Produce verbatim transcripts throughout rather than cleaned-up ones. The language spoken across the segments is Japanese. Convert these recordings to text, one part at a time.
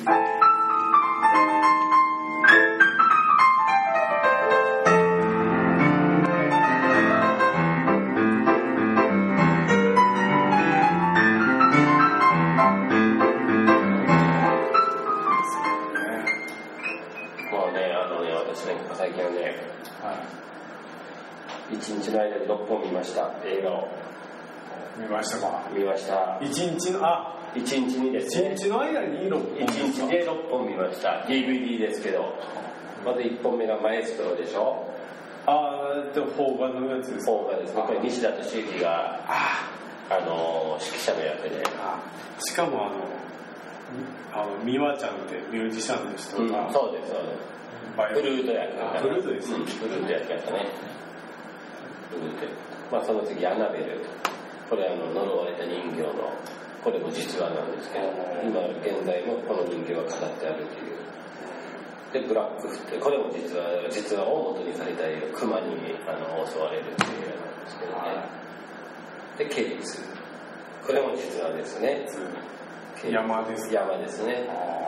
一日の間でろっぽん見ました映画を。 見ましたか？ 見ました。 一日のあ一日にですね。 一日の間にろっぽん。 一日でろっぽん見ました。ディーブイディー ですけど、まずいっぽんめがマエストロでしょ。 ああ、で邦画のやつですか？ 邦画ですね。これ西田敏行がああの指揮者の役で。 しかもあのあの美和ちゃんってミュージシャンの人が、 うん、そうですそうです。フルート役。 フルートです。 うん、フルート役やったね。フルート。まあその次アナベル。これあの呪われた人形のこれも実話なんですけど、今現在もこの人形が飾ってあるという。でブラックフってこれも実話実話を元にされた熊にあの襲われるっていう映画なんですけどね。でケリツ。これも実話ですね。 山です。 山ですね。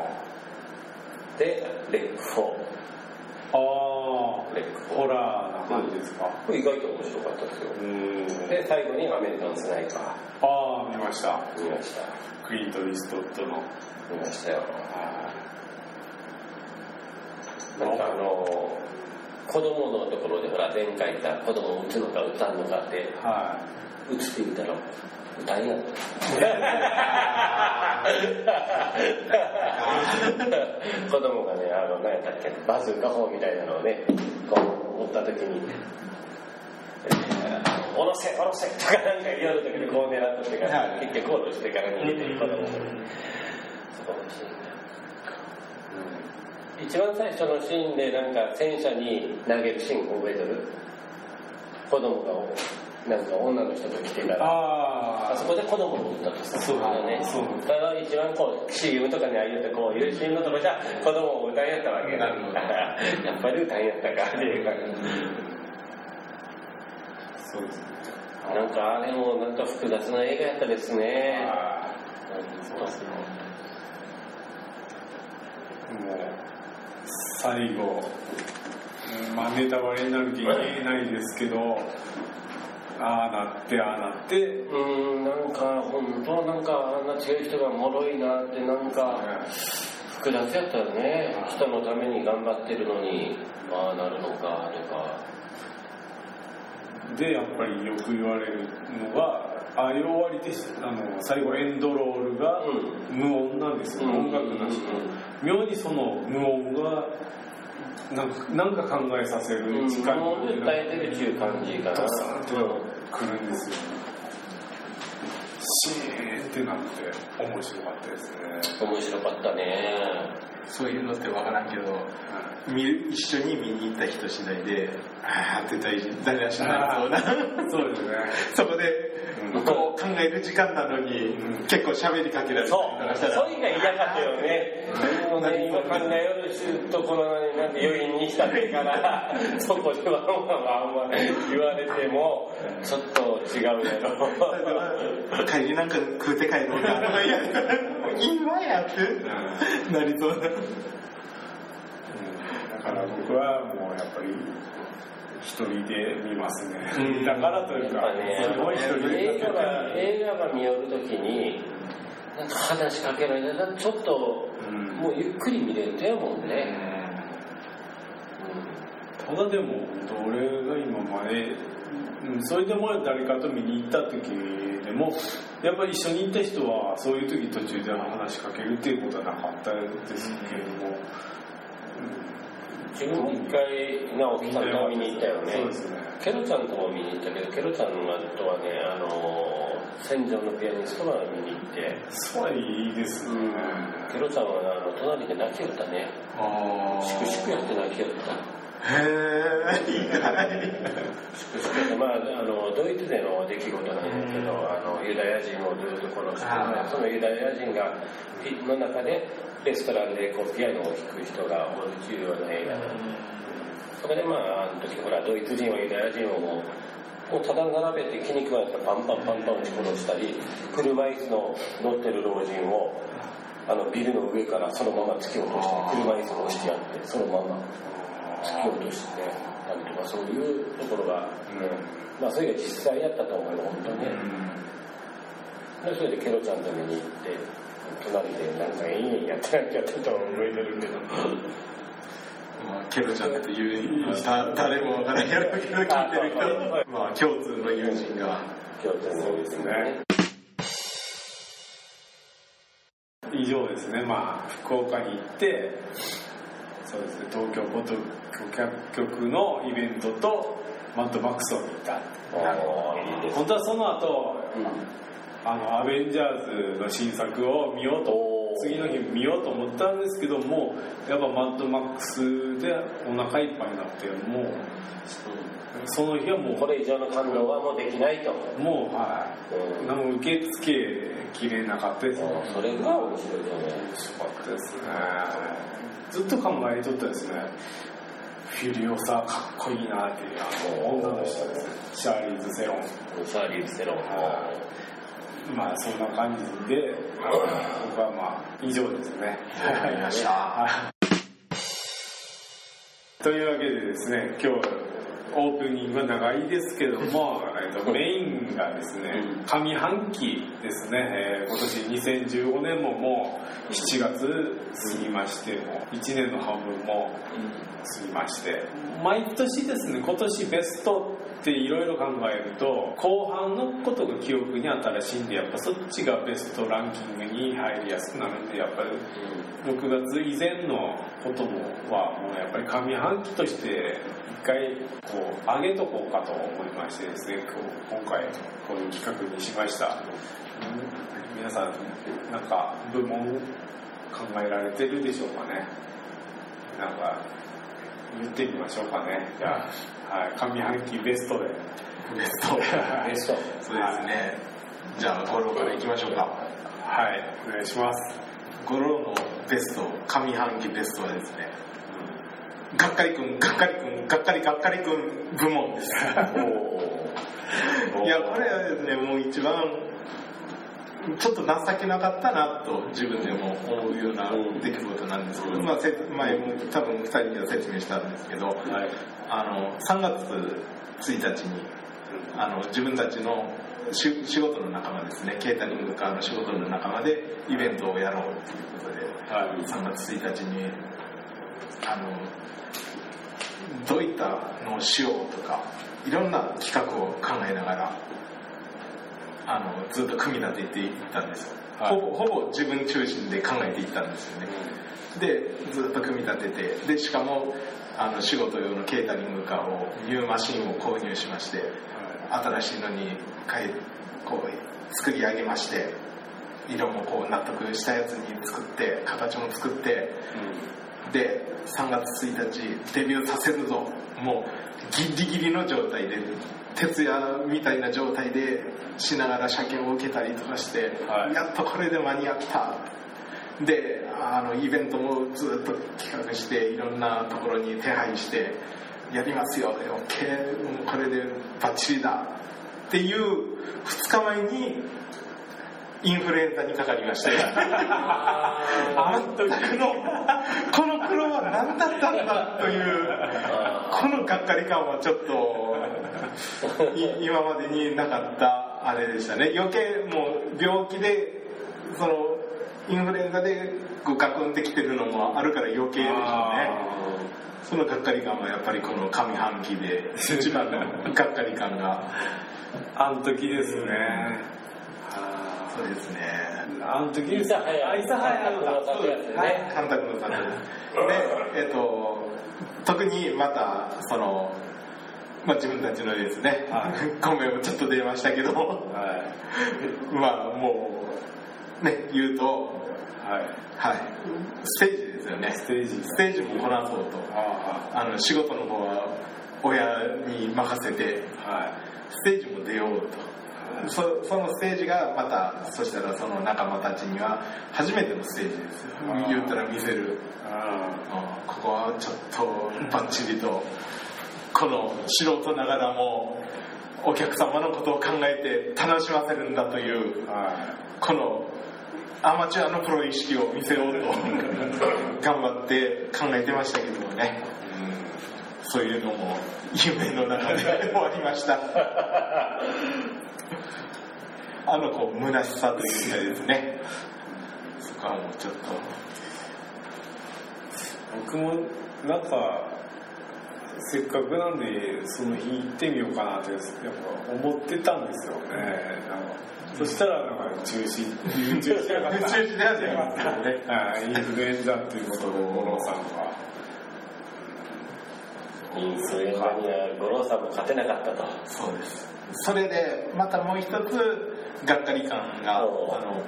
でレックフォー。 ああ、レックホラーな感じですか？ これ意外と面白かったですよ。うんで最後にアメリカンスナイパー。 ああ、見ました。 見ました。 クリント・イーストウッドの見ましたよ。なんかあの子供のところでほら前回言った子供を打つのか打たんのかって、はい、打つって言ったら歌いやった子供がね、あの何やったっけバズーカ砲みたいなのをねこう持った時におろせおろせとかなんか言う時にこう狙っとってから結局こうとしてから逃げてる子供がそこのシーン一番最初のシーンでなんか戦車に投げるシーン覚えてる？子供がなんか女の人と来てからああそこで子供を撃ったとさそうだね。そうだから一番こう シーエム とかにああいうとこういうシーンのとこじゃ子供を歌いやったわけだからやっぱり歌いやったかっていうかそうですね。なんかあれもなんか複雑な映画やったですね。あそうですね。 もう最後、まあネタバレになる気が言えないですけど、ああなってああなって、 うんなんか本当なんかあんな強い人が脆いなってなんか複雑やったよね。人のために頑張ってるのにああなるのかあれか。 でやっぱりよく言われるのが。ああいう終わりであの最後エンドロールが無音なんですよ、うん、音楽なしの、うん、妙にその無音がなんか、なんか考えさせる時間に、うん、訴えてるっていう感じかな。 ドサンってくるんですよ、シーンってなって面白かったですね。 面白かったね。 そういうのって分からんけど、うん、見る一緒に見に行った人次第であーって大事誰がしないそうなそうですね。 そこでこう考える時間なのに、うん、結構喋りかけられる。 そうそういうのが嫌かったよね。もうね今考えよるところになんて余韻に浸ってからそこではあんま言われてもちょっと違うやろ。 帰りなんか食うて帰ろうなとか今やってなりそうな。だから僕はもうやっぱり一人で見ますね、うん、だからというか、ね、すごい一人で映画が映画が見よるときになんか話しかけられたらちょっと、うん、もうゆっくり見れるとやもんね、 うん、ただでも俺が今まで、うん、それでも誰かと見に行った時でもやっぱり一緒に行った人はそういう時途中で話しかけるっていうことはなかったですけれども、 自分一回直樹さんと見に行ったよね。 そうですね。 ケロちゃんとも見に行ったけど、ケロちゃんとはね、あの戦場のピアニストが見に行って。 そうはいいですね。うん、 ケロちゃんはあの隣で泣きよったね。ああ。しくしくやって泣きよった。 へえ。いいな。 しくしくやって、まああのドイツでの出来事なんだけど、あのユダヤ人をずっと殺して、そのユダヤ人がの中で。レストランでこうピアノを弾く人がおる重要な映画なんで、そこでまああの時ほらドイツ人はユダヤ人をもうもうただ並べて気に食われたらパンパンパンパン打ち殺したり車椅子の乗ってる老人をあのビルの上からそのまま突き落として車椅子を押してやってそのまま突き落としてたりとかそういうところが、うん、まあそれが実際やったと思うよ本当にね、うん、でそれでケロちゃんのために行って隣でなんかいいやってやってたのを覚えてるけどまあ、ケロちゃんっていう誰もわからんやろうけど聞いてる人まあ共通の友人が共通の友人ね以上ですね。まあ福岡に行ってそうですね東京ポッド局のイベントとマッドマックスを見た。本当はその後、うん、あのアベンジャーズの新作を見ようと次の日見ようと思ったんですけどもやっぱマッドマックスでお腹いっぱいになってもう、うん、その日はもうこれ以上の感動はもうできないともうはい、うん、なんか受け付けきれなかったですね。 それが面白いよね。 面白かったですね。ずっと考えとったですね。フュリオサかっこいいなっていうあの女の人ですね。シャーリーズ・セロン。 シャーリーズ・セロン。 まあそんな感じで僕はまあ以上ですね。 わかりました。 というわけでですね今日オープニングは長いですけども、えっと、メインがですね上半期ですね、えー、今年にせんじゅうごねんももうしちがつ過ぎましてもいちねんの半分も過ぎまして毎年ですね今年ベストっていろいろ考えると後半のことが記憶に新しいんでやっぱそっちがベストランキングに入りやすくなるんでやっぱりろくがつ以前のこともはもうやっぱり上半期として一回こう上げとこうかと思いましてですね今回こういう企画にしました。皆さんなんか部門考えられてるでしょうかね。なんか言ってみましょうかね。じゃあ、はい、上半期ベストでベストベストそうですね、はい、じゃあゴロからいきましょうか。 はいお願いします。 ゴロのベスト上半期ベストはですねがっかりくんがっかりくんがっかりがっかりくん部門ですいやこれはですねもう一番ちょっと情けなかったなと自分でも思うような出来事なんですけど、まあ、前も多分ふたりには説明したんですけど、はい、あのさんがつついたちにあの自分たちの仕事の仲間ですねケータリングカーの仕事の仲間でイベントをやろうということで、はい、さんがつついたちにあのどういったのをしようとかいろんな企画を考えながらあのずっと組み立てていったんですよ、はい、ほぼほぼ自分中心で考えていったんですよね。でずっと組み立ててでしかもあの仕事用のケータリングカーをニューマシンを購入しまして、はい、新しいのに変えこう作り上げまして色もこう納得したやつに作って形も作って、うん、でさんがつついたちデビューさせるぞもうギリギリの状態で徹夜みたいな状態でしながら車検を受けたりとかして、はい、やっとこれで間に合ったであのイベントもずっと企画していろんなところに手配してやりますよ OK これでバッチリだっていうふつかまえにインフルエンザにかかりましてあの時のこの苦労は何だったんだというこのがっかり感はちょっと今までになかったあれでしたね。余計もう病気でそのインフルエンザでガクンってきてるのもあるから余計でしょうね。そのがっかり感はやっぱりこの上半期で一番のがっかり感があの時ですね。 そうですね。 あの時にさ、はい、あいさはやはい、監督の作で、えっと特にまたそのまあ自分たちのですね、はい、ごめんちょっと出ましたけど、はい、まあもうね言うと、はいはい、ステージですよね。 ステージステージもこなそうと、あの仕事の方は親に任せて、はい、ステージも出ようと。そ, そのステージがまたそしたらその仲間たちには初めてのステージですよ。言ったら見せるあここはちょっとバッチリとこの素人ながらもお客様のことを考えて楽しませるんだというこのアマチュアのプロ意識を見せようと頑張って考えてましたけどもね、うん、そういうのも夢の中で終わりましたあのこう虚しさというかですね、そこはもうちょっと僕もなんかせっかくなんでその日行ってみようかなってやっぱ思ってたんですよね。なんかそしたらなんか中止中止しなかった中止ではなかったね。 はい、インフルエンザっていうことを五郎さんはインフルエンザには五郎さんも勝てなかったと。 そうです。それでまたもう一つがっかり感があの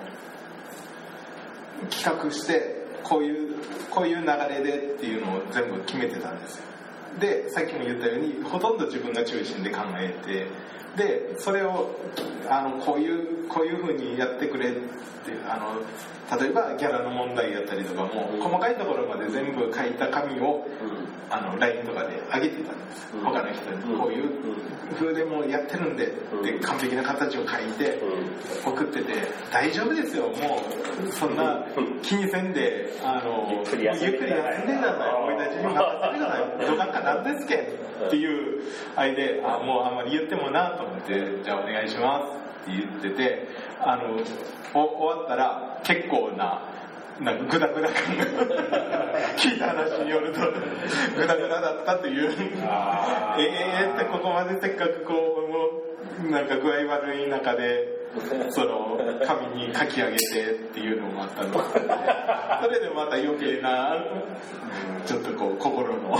企画してこういうこういう流れでっていうのを全部決めてたんですよ。でさっきも言ったようにほとんど自分が中心で考えて、でそれをあのこういうこういう風にやってくれってあの例えばギャラの問題やったりとかも、うん、細かいところまで全部書いた紙を、うん、あの ライン とかで上げてたんです、うん、他の人にこういう風でもやってるんで、うん、で完璧な形を書いて送ってて、大丈夫ですよ、もうそんな気にせんであのゆっくり休んでください、俺たちに任せてください、どかんかなんですけんっていうあれで、あもうあんまり言ってもなと思って、じゃあお願いしますって言ってて、あのお終わったら結構ななんかグダグダ感が聞いた話によるとグダグダだったというええってここまでせっかくこうなんか具合悪い中でその紙に書き上げてっていうのもあったので、それでまた余計なちょっとこう心の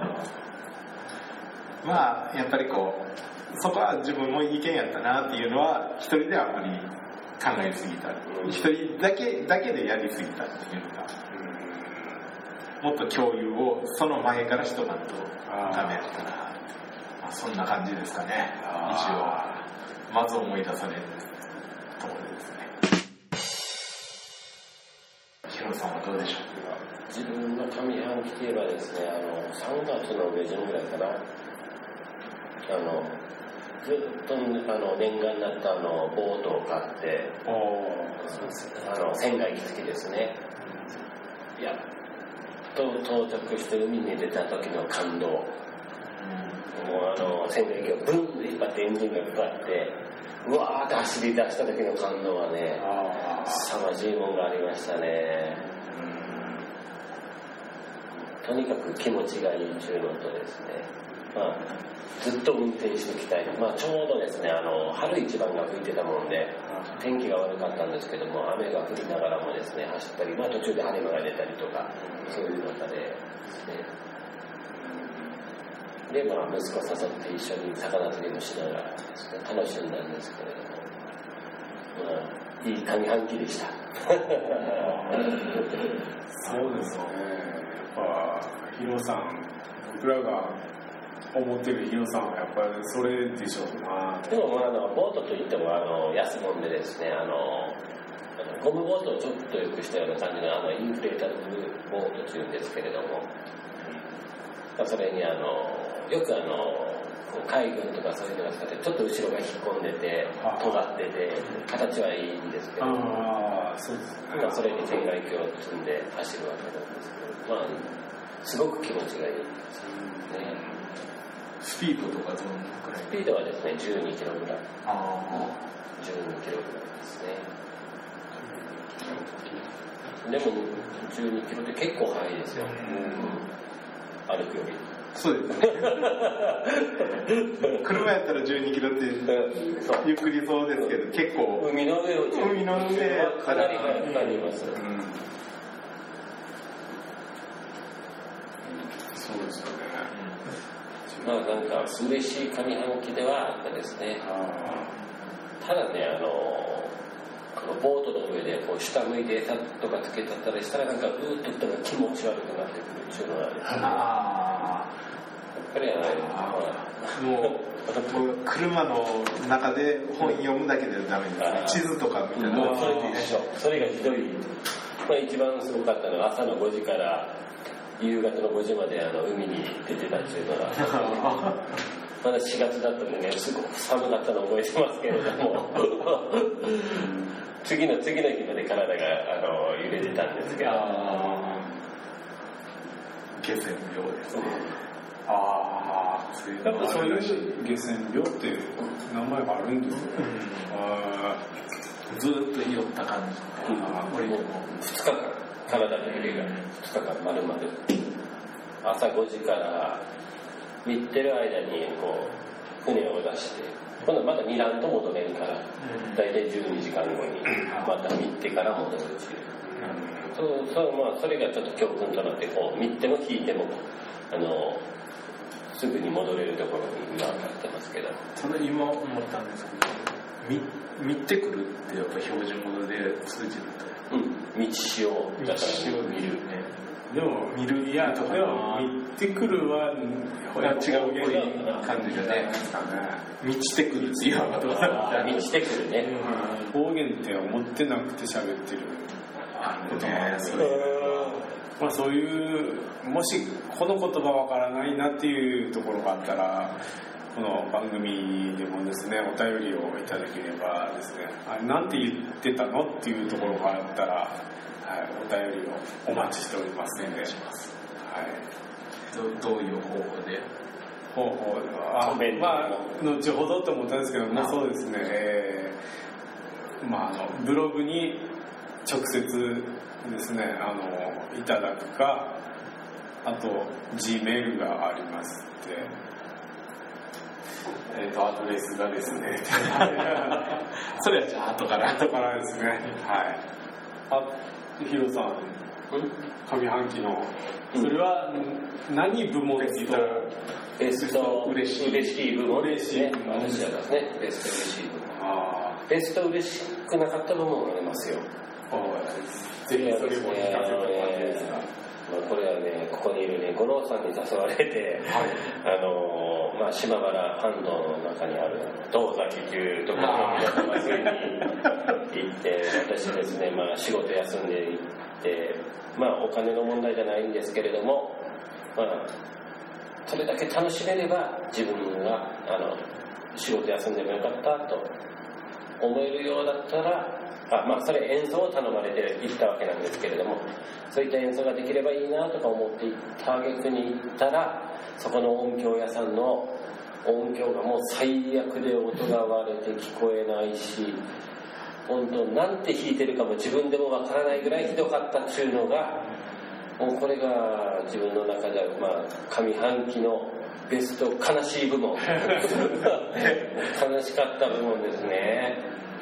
まあやっぱりこうそこは自分も意見やったなっていうのは一人ではあまり考えすぎた、一人だけだけでやりすぎたっていうのが、もっと共有をその前からしとかんとダメやったな、まあ、そんな感じですかね。一応まず思い出されるところですね。ヒロさんはどうでしょうか。 自分の上半期といえばですね、あのさんがつの下旬ぐらいかな、あのずっとあの念願だったあのボートを買ってあの船外機付きですね、やっと到着して海に出た時の感動、もうあの船外機をブンと引っ張ってエンジンがかかってうわーって走り出した時の感動はね凄まじいもんがありましたね。とにかく気持ちがいい中のとですね、まあずっと運転してきたい、まあ、ちょうどですねあの春一番が吹いてたもんで天気が悪かったんですけども、雨が降りながらもですね走ったり、まあ、途中で晴れ間が出たりとかそういう中でですね、で、まあ、息子誘って一緒に魚釣りもしながらですね楽しんだんですけれども、まあ、いい上半期でしたそうですね、やっぱヒロさん、僕らが思ってるヒロさんはやっぱりそれでしょうな。 でも、まあ、あのボートといってもあの安もんでですね、あのゴムボートをちょっとよくしたような感じのあのインフレータブルボートというんですけれども、それにあのよくあの海軍とかそういうのが使ってちょっと後ろが引っ込んでて尖ってて形はいいんですけど、 あそうですね、 まあ、それに船外機を積んで走るわけなんですけど、まあすごく気持ちがいいですね。 スピードとかどのくらい？ スピードはですねじゅうにキロぐらい。 ああ、 じゅうにキロぐらいですね。でもじゅうにキロって結構速いですよ、うん、歩くより。 そうですね車やったらじゅうにキロってゆっくりそうですけど、結構海の上を海の上やったらかなり速くなります、うん、 そうですよね。 まあなんか嬉しい上半期ではあったですね。ただね、あのこのボートの上でこう下向いて餌とかつけたったりしたらなんかうーっとったら気持ち悪くなってくるっていうのがあるんですね。あやっぱりあのもうもう車の中で本読むだけでダメですね。地図とかみたいな。 もうそれで一緒。それがひどい。まあ一番すごかったのは朝のごじから夕方のごじまであの海に出てたっていうのがまだしがつだったんでね、すごく寒かったのを覚えてますけれども次の次の日まで体があの揺れてたんですけど、 下船病ですね。 ああ、やっぱそういう下船病って名前があるんですね。 ずっと酔った感じ。 ふつかかん、体の揺れがふつかかん丸々朝ごじから見てる間にこう船を出して、今度また見らんと戻れるから、だいたいじゅうにじかんごにまた見てから戻るっていう、そうそうまあ、それがちょっと教訓となって、こう見ても引いてもあのすぐに戻れるところに今なってますけど。 それ今思ったんですけど、見てくるってやっぱ標準語で通じると、 うん、道潮だから見るね。 でも見る、いや、でも見てくるは違う感じがね、満ちてくるっていうことは満ちてくるね。 方言って思ってなくて喋ってることもある。まあそういうもしこの言葉わからないなっていうところがあったら、この番組でもですね、お便りをいただければですね、あ、なんて言ってたのっていうところがあったら、はい、お便りをお待ちしておりますので、はい、 ど, どういう方法で方法あ、まあ後ほどと思ったんですけども、そうですね、えー、まああのブログに直接ですね、あのいただくか、あと G メールがありまして、えーとアドレスがですねそれはじゃあ後から後からですね、はい。あ、ヒロさん、上半期のそれは何部門って言ったら、 ベスト嬉しい嬉しい部門ですね。 嬉しいですね。ベスト嬉しい部門。ああ、ベスト嬉しくなかった部門がありますよ。 ぜひそれも聞かせてもらっていいですか。 これはね、ここにいるね、五郎さんに誘われて、はい、あのまあ、島原半島の中にある道崎というところの皆様に行って、私ですね、まあ、仕事休んで行って、まあ、お金の問題じゃないんですけれども、まあ、それだけ楽しめれば自分があの仕事休んでもよかったと思えるようだったら、あ、まあ、それ演奏を頼まれて行ったわけなんですけれども、そういった演奏ができればいいなとか思って行った挙句に行ったら、そこの音響屋さんの音響がもう最悪で音が割れて聞こえないし、本当なんて弾いてるかも自分でもわからないぐらいひどかったっていうのが、もうこれが自分の中では、まあ、上半期のベスト悲しい部門悲しかった部門ですね。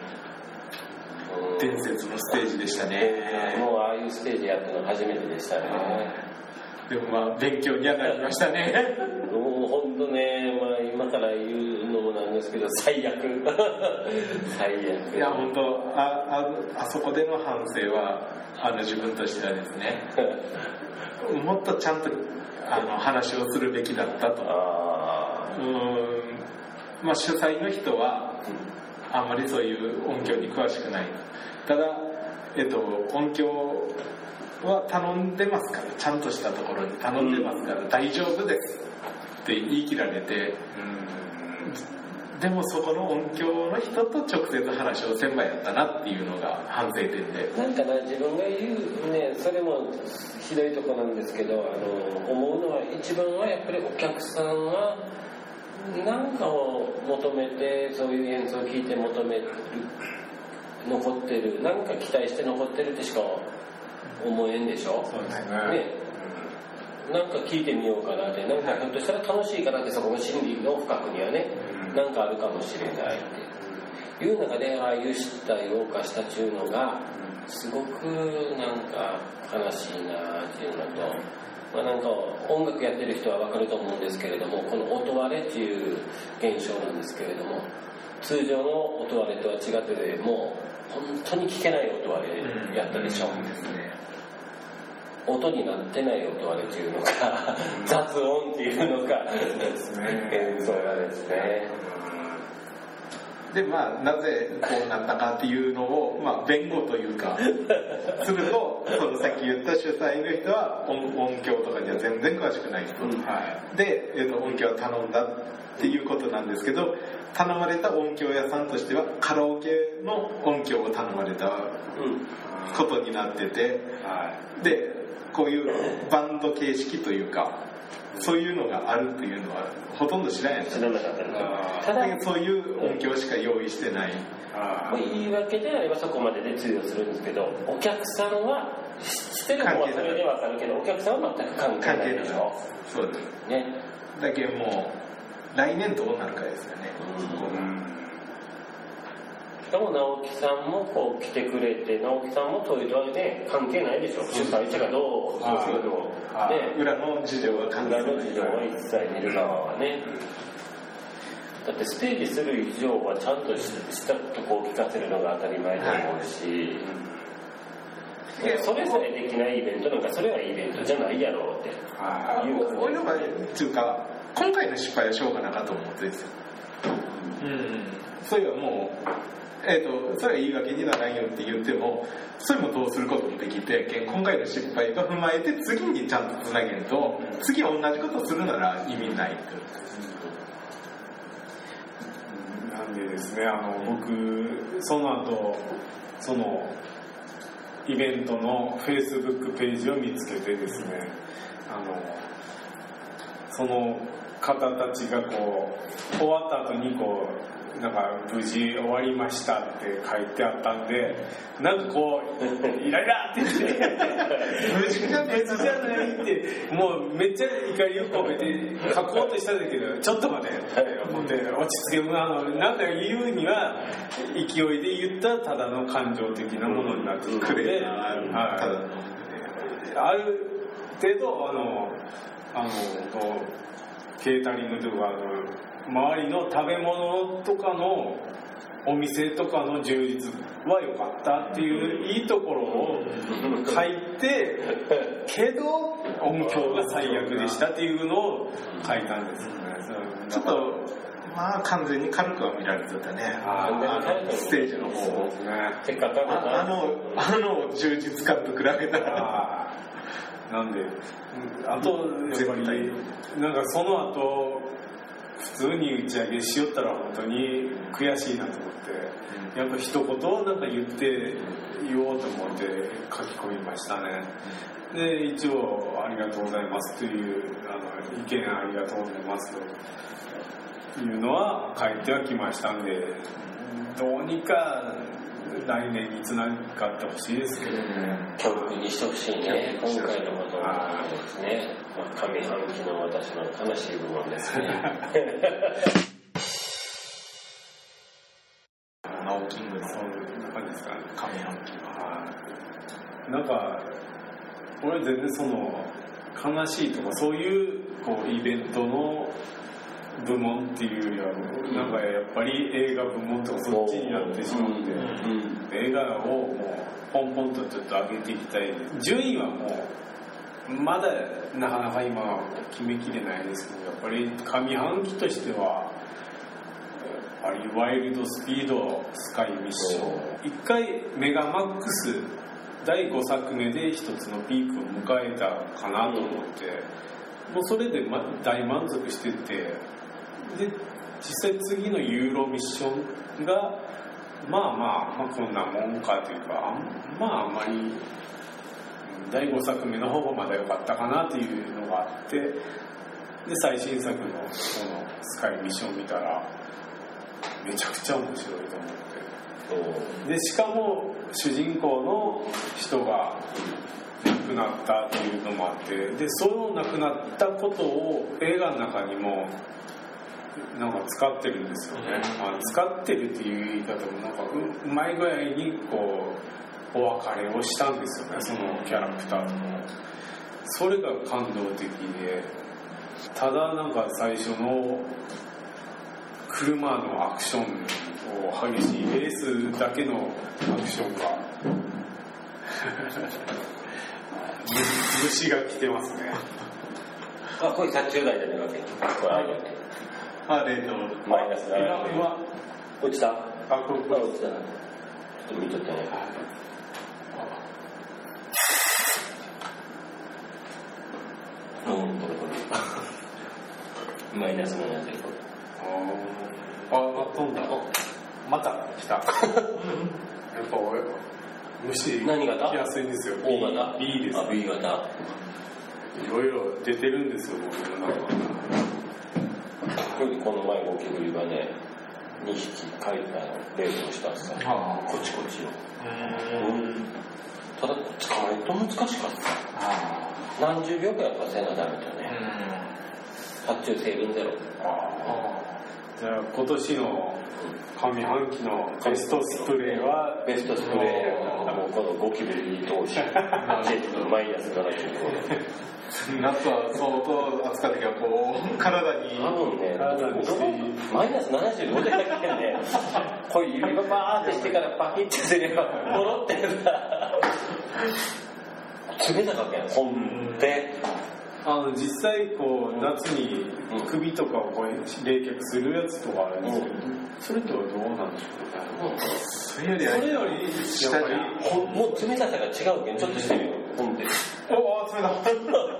伝説のステージでしたね。 もうああいうステージやったの初めてでしたね。 でもまあ勉強にはなりましたね。 もう本当ね、まあ今から言うのもなんですけど、最悪最悪。 いや本当、あああそこでの反省はあの自分としてはですねもっとちゃんとあの話をするべきだったと。あうーん、まあ主催の人はあんまりそういう音響に詳しくない。ただ、えっと、音響は頼んでますから、ちゃんとしたところに頼んでますから、うん、大丈夫ですって言い切られて、うん、でもそこの音響の人と直接話をせんばやったなっていうのが反省点で。 なんかな、自分が言うね、それもひどいとこなんですけど、あの思うのは一番はやっぱりお客さんは何かを求めて、そういう演奏を聴いて求める、残ってる、何か期待して残ってるってしか思えんでしょ。 そうですね。 ね、なんか聴いてみようかなって、なんかひょっとしたら楽しいかなって、そこの心理の深くにはね、なんかあるかもしれないっていう中で、ああいう失態を犯したっていうのがすごくなんか悲しいなっていうのと、まあ、なんか音楽やってる人は分かると思うんですけれども、この音割れっていう現象なんですけれども、通常の音割れとは違ってて、もう本当に聞けない音割れやったでしょ、うんうんですね、音になってない音割れっていうのか雑音っていうのか演奏がですね、 でまあなぜこうなったかっていうのを、まあ、弁護というかするとそのさっき言った主催の人は 音, 音響とかには全然詳しくない人、うんはい、で、えー、と音響を頼んだっていうことなんですけど、頼まれた音響屋さんとしてはカラオケの音響を頼まれたことになってて、うん、でこういうバンド形式というかそういうのがあるというのはほとんど知らない知らなかった。 ただそういう音響しか用意してない。 言い訳であればそこまでで通用するんですけど、お客さんは知ってる方はそれでわかるけど、お客さんは全く関係ないでしょ。 そうですね。だけどもう来年どうなるかですよね。うんしかも直樹さんもこう来てくれて、直樹さんもトイレで関係ないでしょ。主催者がどうそうするのね、裏の事情は関係ない。 裏の事情は一切見る側はね。だってステージする以上はちゃんとしたとこを聞かせるのが当たり前だと思うし、はい、それぞれできないイベントなんかそれはイベントじゃないやろうっていう感じ。 俺の場合っていうか今回の失敗はしょうがなかったと思ってですよ。うん。それはもう。えー、とそれは言い訳にならないよって言ってもそれもどうすることもできて、今回の失敗を踏まえて次にちゃんとつなげると次同じことをするなら意味ないと。 なんでですね、あの僕その後そのイベントのフェイスブックページを見つけてですね、あのその方たちがこう終わった後にこうなんか無事終わりましたって書いてあったんで、なんかこうイライラって言って無事じゃないってもうめっちゃ怒りを込めて書こうとしたんだけど、ちょっと待て思って落ち着け、あのなんか言うには勢いで言ったただの感情的なものになってくるので、ある程度あのあのケータリングとか周りの食べ物とかのお店とかの充実は良かったっていういいところを書いてけど音響が最悪でしたっていうのを書いたんですよね。 ちょっとまあ完全に軽くは見られてたね。あのステージの方をせっかくあのあの充実感と比べたらなんであとやっぱりなんかその後普通に打ち上げしよったら本当に悔しいなと思って、やっぱ一言なんか言って言おうと思って書き込みましたね。で一応ありがとうございますというあの意見ありがとうございますというのは書いてはきましたんで、どうにか来年につながってほしいですけどね。 教訓にしてほしいね。今回のことはですね、まあ、上半期の私の悲しい部分ですね。 ナオキングのそういう感じですかね。 上半期はなんか俺全然その悲しいとかそういうこうイベントの部門っていうよりはなんかやっぱり映画部門とかそっちになってしまって、うん、映画をもうポンポンとちょっと上げていきたい。順位はもうまだなかなか今決めきれないですけど、やっぱり上半期としてはやっぱりワイルドスピードスカイミッション一回メガマックスだいごさくめで一つのピークを迎えたかなと思って、うん、もうそれで大満足してて、で実際次のユーロミッションがまあまあ、まあ、こんなもんかというか、まああんまりだいごさくめの方がまだ良かったかなというのがあって、で最新作のそのスカイミッションを見たらめちゃくちゃ面白いと思って、でしかも主人公の人が亡くなったっていうのもあって、でその亡くなったことを映画の中にもなんか使ってるんですよね。まあ、使ってるっていう言い方もなんかうまいぐらいにこうお別れをしたんですよね、そのキャラクターの。それが感動的で、ただなんか最初の車のアクションを激しいレースだけのアクションが虫が来てますね。 あ、これさんじゅう代じゃないわけ。これあるよね。 あ、レートマイナスだ。 今落ちた。 あ、これ、 あ、落ちた。ちょっと見とってね。うん、これこれ。マイナスななじゅうご。ああ、飛んだ。また来た。やっぱ俺、虫何型？ 来やすいんですよ。 大型？ B です。 あ、B 型。 いろいろ出てるんですよ、僕の中は。 この前ゴキブリがね、にひき書いたの冷凍したさ、コチコチを。ただ捕まえると難しかった。何十秒かやっぱせなダメだね。発注成分ゼロ。 じゃあ今年の上半期のベストスプレーはベストスプレーもうこのゴキブリ投資マイナスななじゅうご。 夏は相当暑かったけどこう体に多分ねマイナスななじゅうごでだけねこういう指がバーってしてからパキッてすれば戻ってるから冷たかったやんほんであの実際こう夏に首とかをこう冷却するやつとかあるんですけど、それとはどうなんでしょうね。 それよりそれより下にもう冷たさが違うけんちょっとしてみようほんでおお冷たい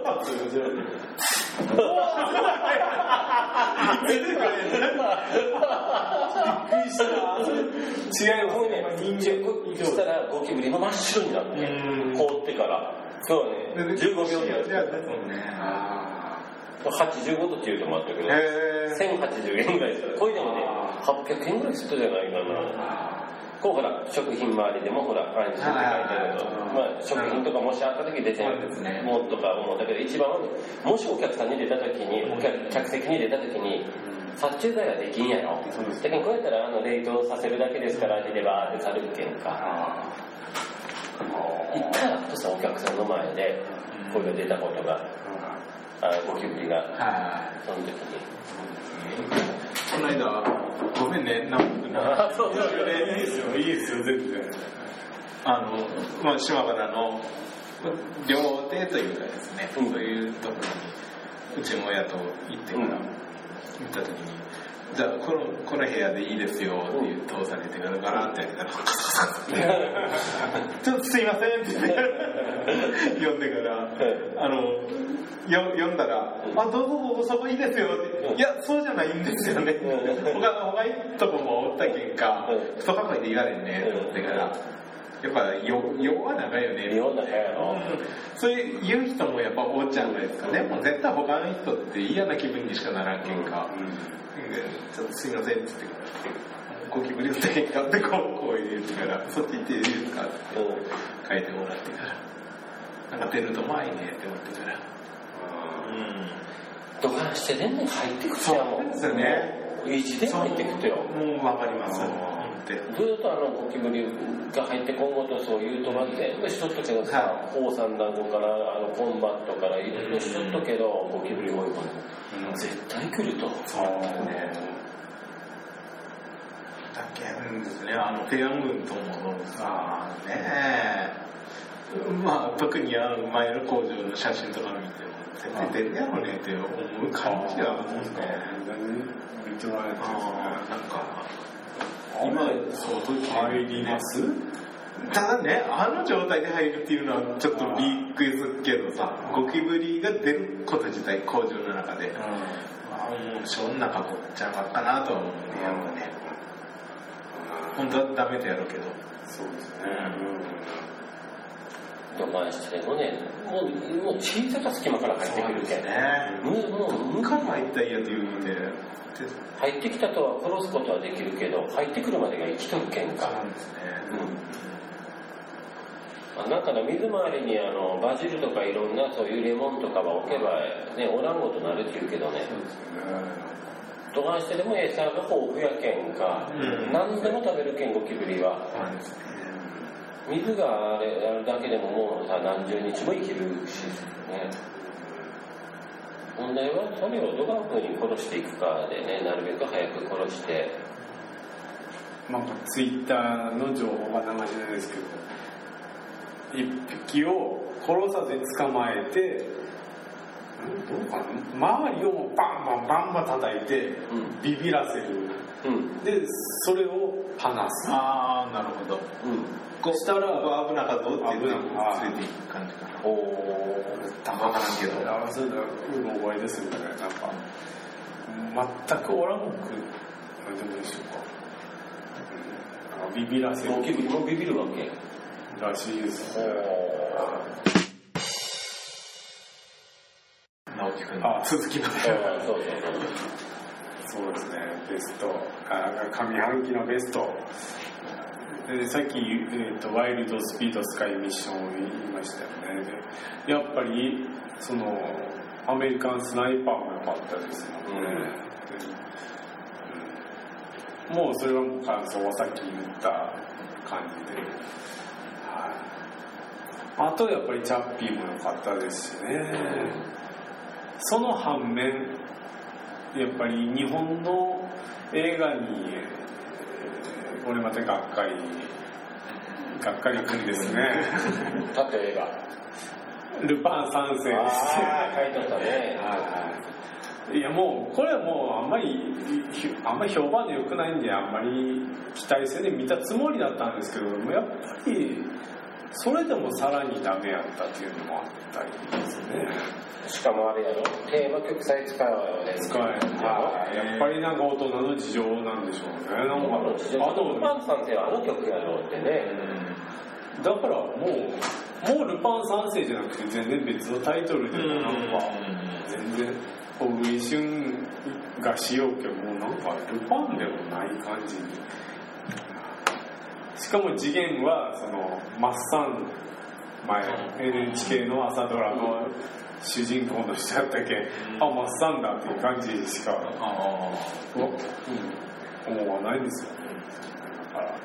違いもうね人間したらゴキブリも真っ白になって凍ってから今日はねじゅうごびょうになるはちじゅうごどっていうともあったけどせんはちじゅうえんぐらいですからこれでもねはっぴゃくえんぐらいするじゃないかなこうほら食品周りでもほら安心って書いてあるとまあ食品とかもしあった時出てないもんとか思ったけど一番もしお客さんに出た時にお客客席に出た時に殺虫剤はできんやろだけどこうやったらあの冷凍させるだけですから出ればってされるけんか一回あとさお客さんの前でこれが出たことがあゴキブリがその時にこの間ごめんねなんあそうそういいですよいいですよ全然あの、まあ、島原の料亭というかですね、うん、そういうところにうちの親と行ってから、うん、行った時にじゃあこのこの部屋でいいですよっていう通されてからガランってやったらちょっとすいませんって呼んでからあのよ読んだら「あどうぞどうぞそこいいですよ」って「いやそうじゃないんですよね他他いいとこもおったけんか一囲いで言われんね」って思ってから。やっぱ弱は長いよね。 弱長いやろ。 そういう言う人もやっぱおっちゃうんですかね。もう絶対他の人って嫌な気分にしかならんけんか。うん、ちょっとすいませんって言ってゴキブリ打ったけんかってこうこう入れてからそっち行っていいですかって書いてもらってからなんか出るとまあいいねって思ってから。 どかしてでんねん入ってくとやもん。 そうですよね。 意地で入ってくとよ。 もうわかります。 ずっとあのゴキブリが入って今後とそういうとば全部しとっとけどさ、放散団子からあのコンバットからいろいろしとっとけどゴキブリ追い込む、うん、絶対来ると。 そうね。だけんですね。あのフェアムーンともさねえ、まあ特にあの前の工場の写真とか見ても絶対出るやろねって思う感じは思うんですね。 見てもらえたんですね。 なんか。 今相当入ります？ ただね、あの状態で入るっていうのはちょっとびっくりするけどさ、ゴキブリが出ること自体工場の中で、ああもうショーの中こっちゃうかなとは思うんで、やっぱね。本当はダメとやろうけど。 そうですね。 どないしてもね、もうもう小さな隙間から入ってくるけんね。もう向かい入ったら嫌という意味で。 入ってきたとは殺すことはできるけど入ってくるまでが生きとるけんか。 そうなんですね。 うん。なんかの水回りにあのバジルとかいろんなそういうレモンとかは置けばねおらんごとなるって言うけどね。そうですね。どがんしてでも餌が豊富やけんか、うん、何でも食べるけんゴキブリは。そうなんですね。水があれあるだけでももうさ何十日も生きるしね。問題はそれをどがんふうに殺していくかでね、なるべく早く殺してなんかツイッターの情報が流しないですけど一匹を殺さず捕まえてどうかな、周りをバンバンバンバン叩いてビビらせる、うん、でそれを離す。 ああなるほど、うん、こうしたらここ危なかったぞって言って連れていく感じかな。おお分からんけどあそれだうろ覚えですよね。なんか全くおらんく何でもいいでしょうか、うん、ビビらせるもうビビるわけらしいですね。 直樹君あ続きまでそうそうそうですね。ベストあ上半期のベストでさっき、えーと、ワイルドスピードスカイミッションを言いましたよね。でやっぱりそのアメリカンスナイパーも良かったですよね、うん、もうそれはもう感想はさっき言った感じで、はい、あとやっぱりチャッピーも良かったですしね。その反面やっぱり日本の映画にこれまたがっかりがっかりくんですね。 だって映画ルパン三世ですね。 ああ書いてあったね。 はい。いやもうこれはもうあんまりあんまり評判で良くないんであんまり期待せずに見たつもりだったんですけどもやっぱりそれでもさらにダメやったっていうのもあったりですね。 しかもあれやろテーマ曲さえ使うわよね。 使えない。やっぱりなんか大人の事情なんでしょうね。なんかあのルパン三世はあの曲やろってね。 だからもうもうルパン三世じゃなくて全然別のタイトルでなんか全然小栗旬がしようけどもうなんかルパンでもない感じに。しかも次元はそのマッサン前 エヌエイチケー の朝ドラの主人公の人だったっけ、あマッサンだっていう感じしかあ、うん、思わないんですよね。だから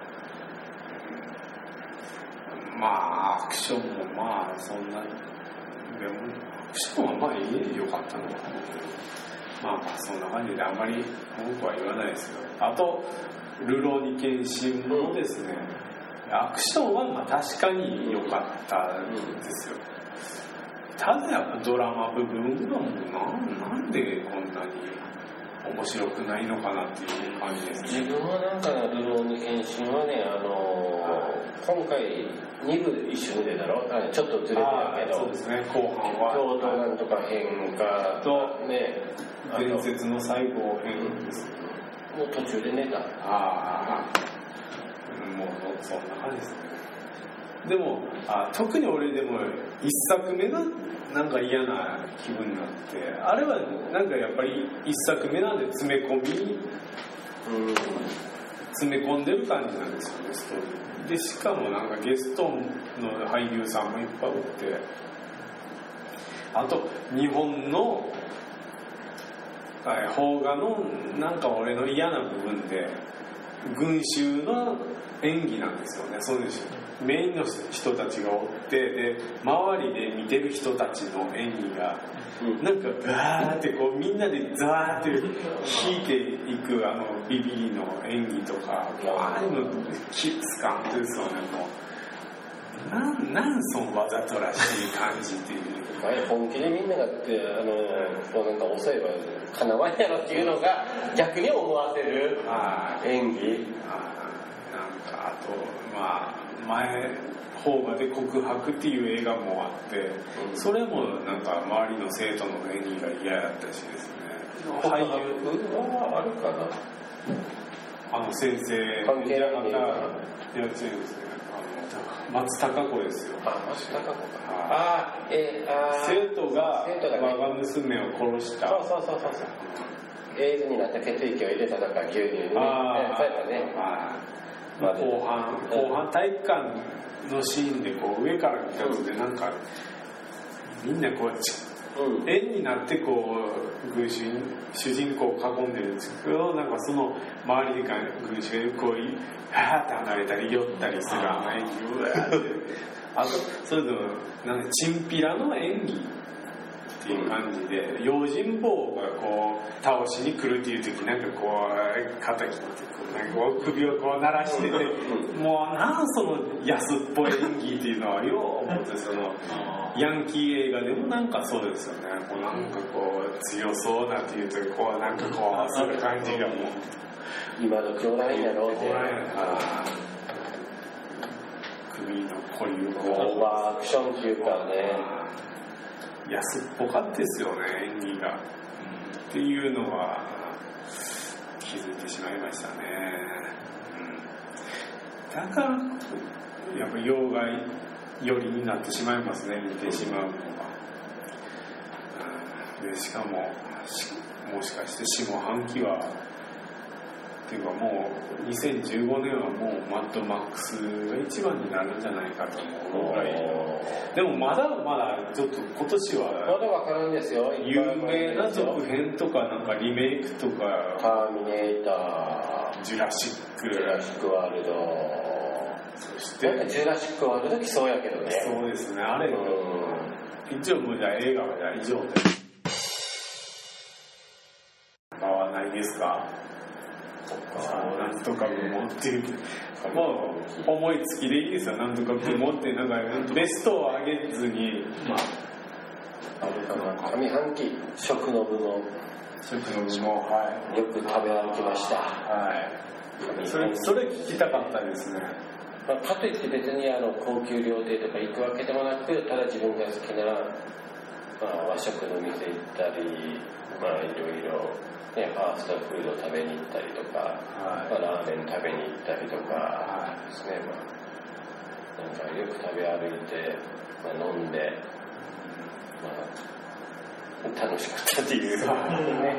まあアクションもまあそんなでもアクションはまあいい良かったのかな。まあまあそんな感じであんまり文句は言わないですよ。あとルローニケンシンもですね、アクションはまあ確かに良かったんですよ。ただやっぱドラマ部分がもう な, なんでこんなに面白くないのかなっていう感じですね。 自分はなんかルローニケンシンはね、あのー、今回に部一緒に出たろ、ちょっとずれてたけど、 そうですね、後半は京都なんとか変化とね、 伝説の最後編です、 うん、もう途中で寝た。 ああ、もうそんな感じですね。でもあ特に俺でも一作目がなんか嫌な気分になって、あれはなんかやっぱり一作目なんで詰め込み、うん、詰め込んでる感じなんですよね、ストーリーで。しかもなんかゲストの俳優さんもいっぱいおって、あと日本の邦画のなんか俺の嫌な部分で群衆の演技なんですよね。そうですよ、メインの人たちがおってで周りで見てる人たちの演技が、うん、なんかガーってこうみんなでザーって引いていくあのビビリの演技とか、あれのキツ感ですよね。もうなんなんそのわざとらしい感じっていう本気でみんながってあのこうなんか抑えばかなわんやろっていうのが逆に思わせる演技。 なんかあとまあ前邦画で告白っていう映画もあって、うん、それもなんか周りの生徒の演技が嫌やったしですね。 俳優はあるかな。 あの先生関係ないいやついですね。松たか子ですよ。 あ、松たか子か。ああ、えー、あ生徒が我が娘を殺した。 そうそうそうそう。エイズになった血液を入れたとか牛乳にね。ああ、そうやったね。 まあ、後半後半体育館のシーンでこう上から見たのでなんかみんなこう、うん、円になってこう群衆主人公を囲んでるんですけど、なんかその周りで群衆がこうはーって離れたり寄ったりするあの演技うわーってあとそれでもなんかチンピラの演技っていう感じで、用心棒がこう倒しに来るっていう時なんかこう肩切ってなんかこう首をこう鳴らしててもうなんその安っぽい演技っていうのはよう思って、そのヤンキー映画でもなんかそうですよね。こうなんかこう強そうなっていうとこうなんかこうする感じがもう今の兄弟やろうって首のこういうこうオーバーアクションっていうかね、 安っぽかったですよね、演技が、うん、っていうのは気づいてしまいましたね、うん、だからやっぱり洋画寄りになってしまいますね、見てしまうのが、うん、でしかももしかして下半期はっていうかもうにせんじゅうごねんはもうマッドマックスが一番になるんじゃないかと思うぐらいの。でもまだまだちょっと今年はまだわかるんですよ。 有名な続編とかなんかリメイクとかターミネーター、ジュラシックジュラシックワールド、 そしてなんかジュラシックワールド来そうやけどね。 そうですね、あれ、うん、一応もうじゃあ映画はじゃあ以上で他はないですか？なんとか部門っていうもう思いつきでいいですよ。なんとか部門ってなんかベストを上げずに、まあ、 上半期食の部門食の部門、はい、 よく食べ歩きました。 はい、それそれ聞きたかったですね。 まあ、かといって別にあの高級料亭とか行くわけでもなく、ただ自分が好きな、まあ、和食の店行ったり、まあいろいろね、ファーストフード食べに行ったりとか、はい、まあ、ラーメン食べに行ったりとかですね、まあ、なんかよく食べ歩いて、まあ、飲んで、まあ、楽しかったっていうね。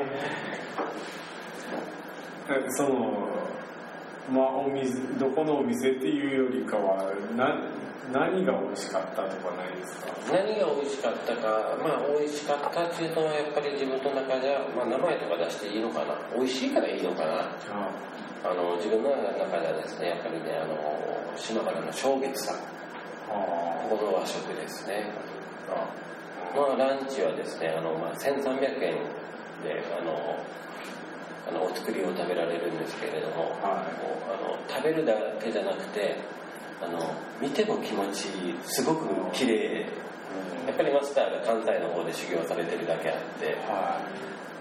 そのまあお店どこのお店っていうよりかはな何が美味しかったとかないですか？ 何が美味しかったか、まあ美味しかったっていうのはやっぱり自分の中じゃ、まあ、名前とか出していいのかな、美味しいからいいのかな、あの自分の中ではですね、やっぱりね、あの島原の正月さん、ここの和食ですね。あまあランチはですね、あの、まあ、せんさんびゃくえんであのあのお作りを食べられるんですけれども、はい、あの食べるだけじゃなくて、あの見ても気持ちいい、すごく綺麗、やっぱりマスターが関西の方で修行されてるだけあって、はい、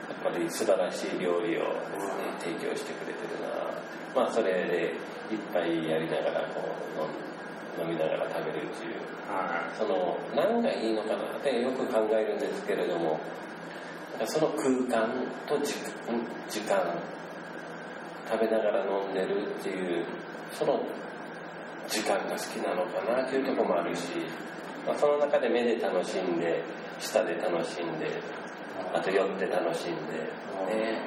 やっぱり素晴らしい料理をですね、提供してくれてるな。まあそれでいっぱいやりながらこう 飲, 飲みながら食べるっていう、はい、その何がいいのかなってよく考えるんですけれども、その空間と時間、食べながら飲んでるっていうその時間が好きなのかなというところもあるし、まあ、その中で目で楽しんで、舌で楽しんで、あと酔って楽しんで、ね、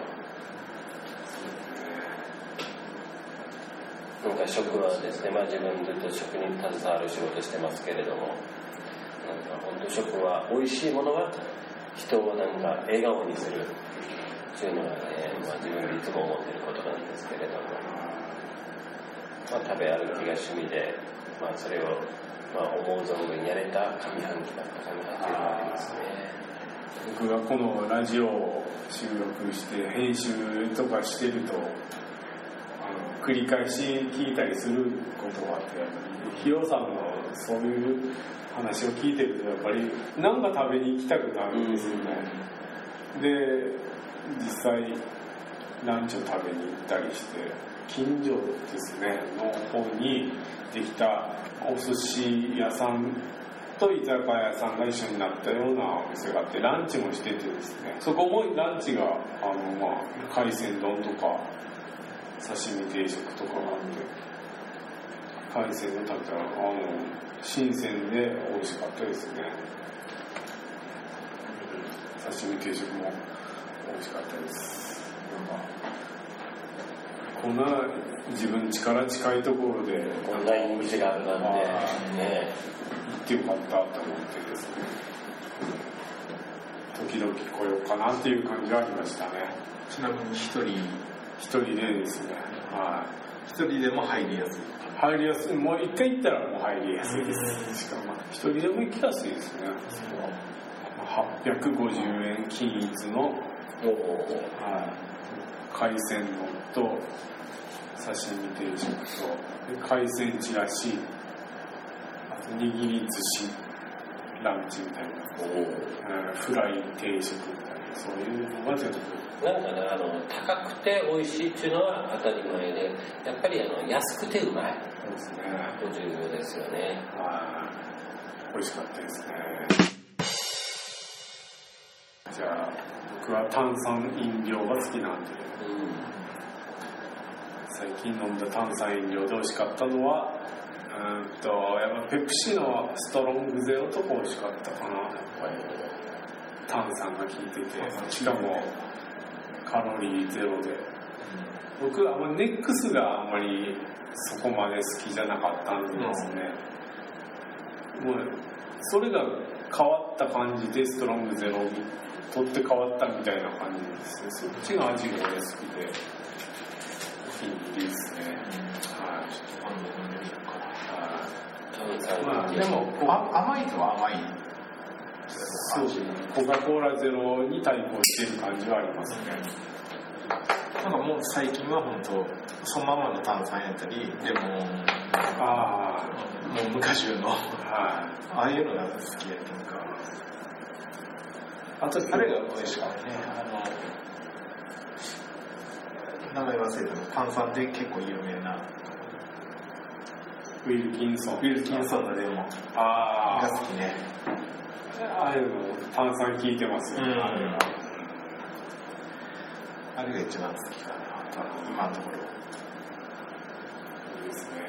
なんか食はですね、まあ自分ずっと食に携わる仕事してますけれども、なんか本当食は美味しいものは人をなんか笑顔にするというのがね、まあ、自分でいつも思っていることなんですけれども、まあ、食べ歩きが趣味で、まあ、それを、まあ、思う存分やれた上半期だったかなというのがありますね。 僕がこのラジオを収録して編集とかしてると、あの繰り返し聞いたりすることがあって、ヒロさんのそういう話を聞いてるとやっぱり何か食べに行きたくなるんですよね、うん、で実際ランチを食べに行ったりして、近所ですねの方にできたお寿司屋さんと居酒屋さんが一緒になったようなお店があって、ランチもしててですね、そこもランチがあの、まあ、海鮮丼とか刺身定食とかがあって、海鮮の食べたらあの新鮮で美味しかったですね。刺身定食も美味しかったです。こんな自分力近いところでこんなにお店があるなんてね、 行ってよかったと思ってですね、時々来ようかなっていう感じがありましたね。 ちなみに一人一人でですね、はい、 一人でも入りやすい入りやすい、もう一回行ったらもう入りやすいです。しかも一人でも行きやすいですね。はっぴゃくごじゅうえん均一の、はい、海鮮丼と刺身定食とで海鮮ちらし、あと握り寿司ランチみたいな、フライ定食みたいな、そういうのが出てくる。 なんかね、あの高くて美味しいっていうのは当たり前で、やっぱりあの安くてうまい。 そうですね。 重要ですよね。 はい、美味しかったですね。じゃあ僕は炭酸飲料が好きなんで、うん、最近飲んだ炭酸飲料で美味しかったのは、うんとやっぱペプシのストロングゼロとか美味しかったかな。やっぱり炭酸が効いてて、しかもカロリーゼロで、僕はネックスがあんまりそこまで好きじゃなかったんですね、うん、もうそれが変わった感じでストロングゼロにとって変わったみたいな感じですね。そっちが味が好きでお気に入りですね、うん、はい、ちょっと今度飲んでみようかな。はい、まあ、でもあ甘いとは甘い。 そうですね。コカ・コーラゼロに対抗している感じはありますね。 なんかもう最近は本当そのままの炭酸やったり、でもあもう昔の、はい、ああいうのが好きやっていうか。あとあれが美味しかったね。あの名前忘れたの、炭酸で結構有名なウィルキンソン。 ウィルキンソンのレモンあが好きね。 ああいうの炭酸効いてますよね、うん、あれは。 あれが一番好きかな、今のところ。 いいですね、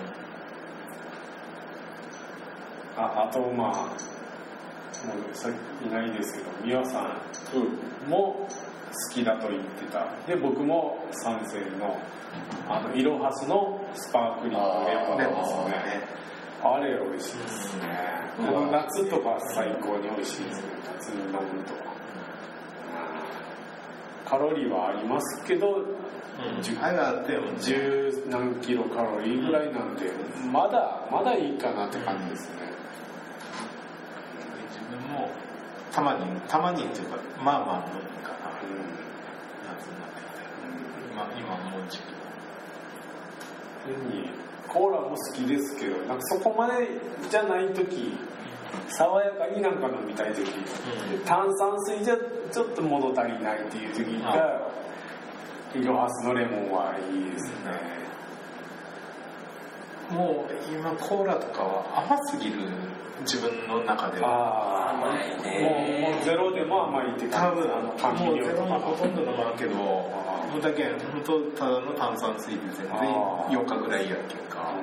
うん、あ, あとまあもうさっきいないですけど、美和さんも好きだと言ってた。で僕も賛成のあのイロハスのスパークリングレモンですね。あれ美味しいですね、うん、夏とか最高に美味しいですね。夏に飲むとカロリーはありますけど、うん、じゅう何キロカロリーぐらいなんで、うん、まだまだいいかなって感じですね、 うん、自分もたまにたまにっていうかまあまあ飲むかな、うん、夏になってきて、うん、今今思う時期変にコーラも好きですけど、なんかそこまでじゃないとき、爽やかになんか飲みたいとき、うん、炭酸水じゃちょっと物足りないっていうときが、イロハスのレモンはいいですね、 うん、もう今コーラとかは甘すぎる、自分の中では。 甘いね。 もう、もうゼロでも甘いって感じ。 多分もうゼロもほとんど飲まんけど、もうだけ本当ただの炭酸水で全然よっかぐらいやっけんか。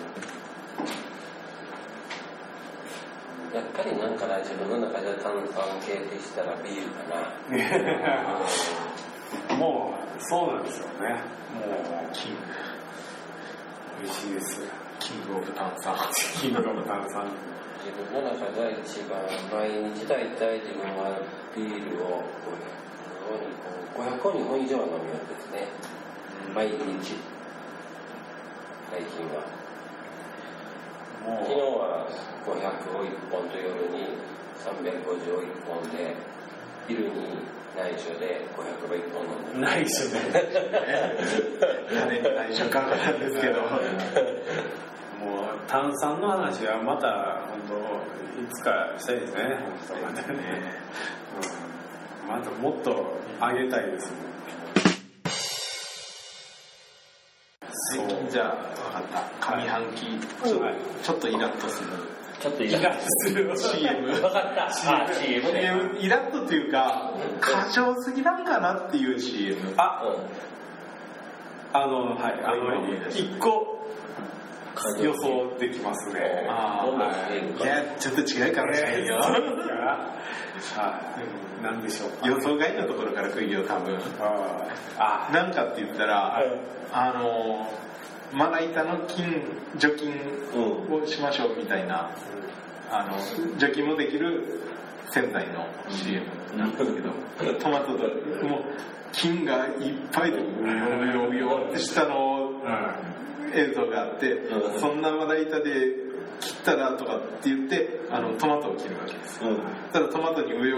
やっぱりなんか自分の中で炭酸系ってしたらビールかな。もうそうなんですよね。もうキング美味しいです。 キングオブ炭酸。 キングオブ炭酸。 自分の中では一番毎日大体自分はビールをごひゃくにほん以上は飲むようですね。毎日最近は。昨日はごひゃくをいっぽんと夜にさんびゃくごじゅうをいっぽんで、昼に内緒でごひゃくをいっぽん飲んで内緒で内緒感覚なんですけどもう炭酸の話はまた本当いつかしたいですね。本当はね、うん、またもっと上げたいですね。 最近じゃあ分かった上半期、うん、ちょっとイラッとするちょっとイラッとする シーエム 分かった シーエム ね。 イラッとというか過剰すぎなんかなっていう シーエム。 あ、あのはいあの一個予想できますね。 あ、はい、いやちょっと違うかもしれないよ。 はい、なんでしょうか。 予想外のところから来るよ多分。ああ、なんかって言ったら、はい、あのまな板の菌除菌をしましょうみたいな、うん、あの除菌もできる洗剤の シーエム なんですけど、うん、トマトともう菌がいっぱいでうようよってしたのを、うん、映像があって、うん、そんなまな板で切ったらとかって言ってあのトマトを切るわけです、うん、ただトマトにうようよ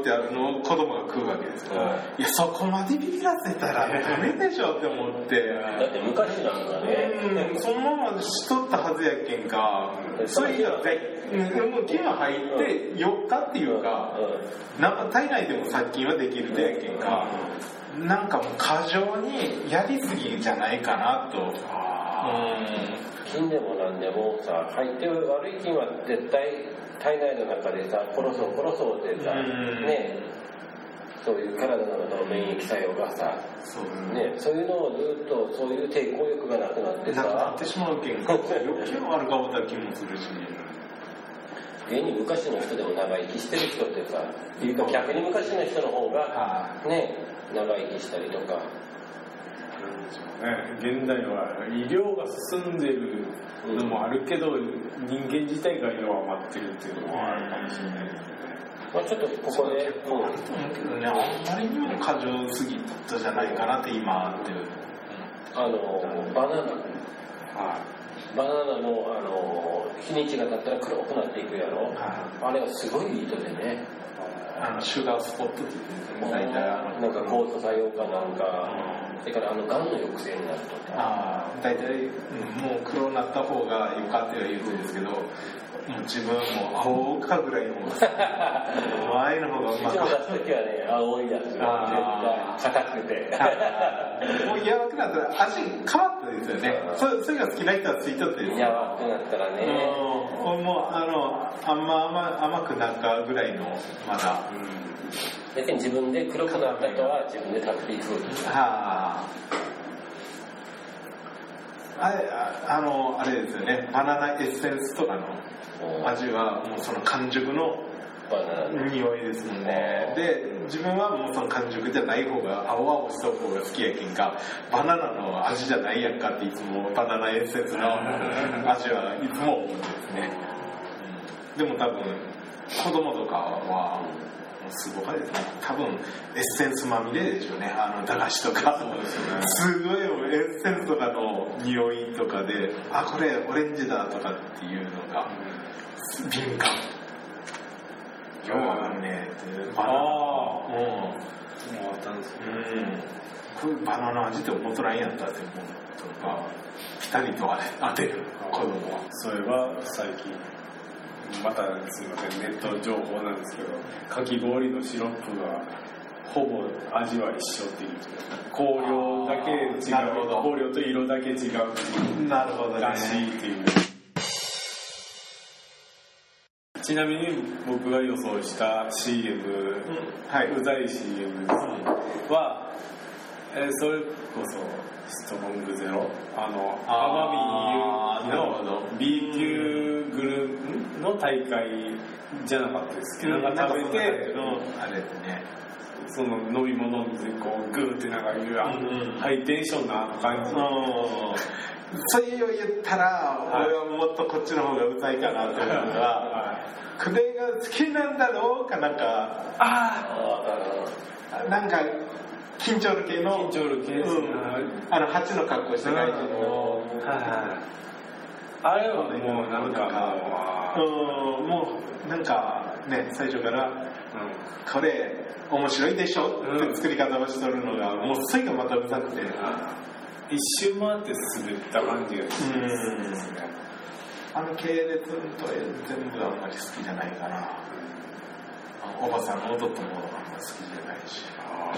ってあるのを子供が食うわけですよ、いやそこまでビビらせたらダメでしょって思って、 だって昔なんかね、 うん、そのまましとったはずやけんか、それ以上でもう菌は入ってよっかっていうか、なんか体内でも殺菌はできるでやけんか、なんかもう過剰にやりすぎじゃないかなと。 菌でもなんでもさ、入ってる悪い菌は絶対体内の中でさ、殺そう殺そうってさ、ね、そういう体の中の免疫作用がさ、そう、ね、そういうのをずっとそういう抵抗力がなくなってさ、 なくなってしまうけん余計悪かった気もするし、 現に昔の人でも長生きしてる人ってさ、いうか逆に昔の人の方がね、長生きしたりとか。 ね、現代は医療が進んでるのもあるけど、うん、人間自体が弱まってるっていうのもあるかもしれないですね。 まあ、ちょっとここで、 うん、あると思うけどね、あんまりにも過剰すぎたじゃないかなって今っていう。 あのバナナ、はい、バナナのあの日にちが経ったら黒くなっていくやろ。はい、あれはすごい糸でね。 あのシュガースポットって言って大体あのなんか酵素作用かなんか、うん、それからあのがんの抑制になるとか、 ああ大体、うん、もう黒になった方がよかっては言うんですけど、もう自分はもう青かぐらいの方が前の方がうまく出す時はね青いやつが絶対硬くてもう柔らかくなったら味変わったですよね。それ、それが好きな人はついとってです柔らかくなったらね、 うん、もうあのあんま甘、甘くなったぐらいのまだ、うん、 だけど自分で黒くなった人は自分で食べていく。 はああれ、あの、あれですよね、バナナエッセンスとかの味はもうその完熟の匂いですもんね。で、自分はもうその完熟じゃない方が、青々した方が好きやけんか、バナナの味じゃないやんかっていつもバナナエッセンスの味はいつも思うんですね。うん、でも多分、子供とかは、すごいですね。多分エッセンスまみれでしょうね。あの駄菓子とか、すごいエッセンスとかの匂いとかで、あこれオレンジだとかっていうのが敏感。今日はねってバナナ。ああ、うん。そうあったんですね。うん。こういうバナナ味って思っとないんやったって思うとか、ピタリと当てる子供は。 それは最近。またすみません、ネット情報なんですけど、かき氷のシロップがほぼ味は一緒っていう、香料だけ違う、香料と色だけ違うっていうなるほど、ね、 らしいっていう。ちなみに僕が予想した シーエム、うんはい、うざい シーエム は、えー、それこそストロングゼロ、あの奄美の B 級グループの大会じゃなかったですけど、なんか食べて、 あれですね、 その飲み物にこうグーってなんか言う、うん、ハイテンションな感じ。 それを言ったら、俺はもっとこっちの方がうざいかなと思うのは、これが好きなんだろうかなんか、ああ、なんか。緊張る系の緊張る系ですね、うん、 あの蜂の格好してないけど、 あれはもうなんかもう、うん、もうなんかね最初から、うん、これ面白いでしょって作り方をしとるのが、もうそれがまたうざくて、 一周回って滑った感じがするんですね。 あの系列と全部あんまり好きじゃないかな。おばさんの音ともあんま好きじゃないし。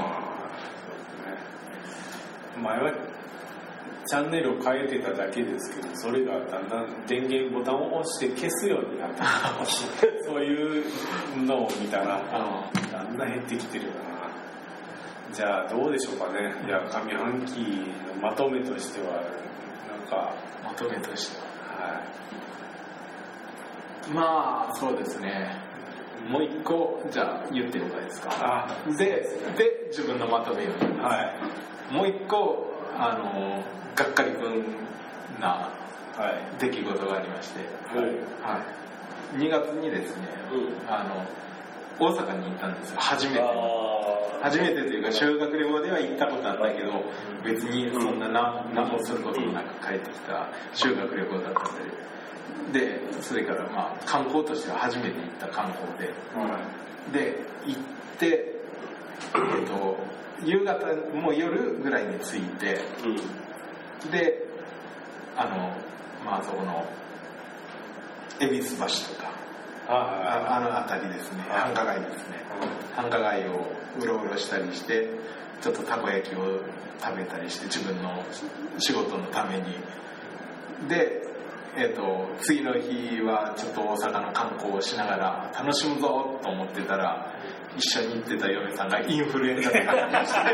前はチャンネルを変えてただけですけど、それがだんだん電源ボタンを押して消すようになってそういうのを見たらだんだん減ってきてるかな。じゃあどうでしょうかね。いや上半期のまとめとしてはなんかまとめとしては、 はい、 まあそうですね。もう一個じゃあ言ってもらえですか。あでで自分のまとめを言います。はい。もう一個あのがっかりくんな出来事がありまして、はいはい、にがつにですね、うん、あの大阪に行ったんですよ。初めて初めてというか修学旅行では行ったことあったけど、別にそんな何、うん、何もすることもなく帰ってきた修学旅行だったので、 でそれからまあ観光としては初めて行った観光で、うん、で行って、えー、と夕方もう夜ぐらいに着いて、うん、であのまあそこの恵比寿橋とかあ, あの辺りですね、繁華街ですね、繁華街をうろうろしたりしてちょっとたこ焼きを食べたりして自分の仕事のためにで、えー、と次の日はちょっと大阪の観光をしながら楽しむぞと思ってたら一緒に行ってた嫁さんがインフルエンザで感染して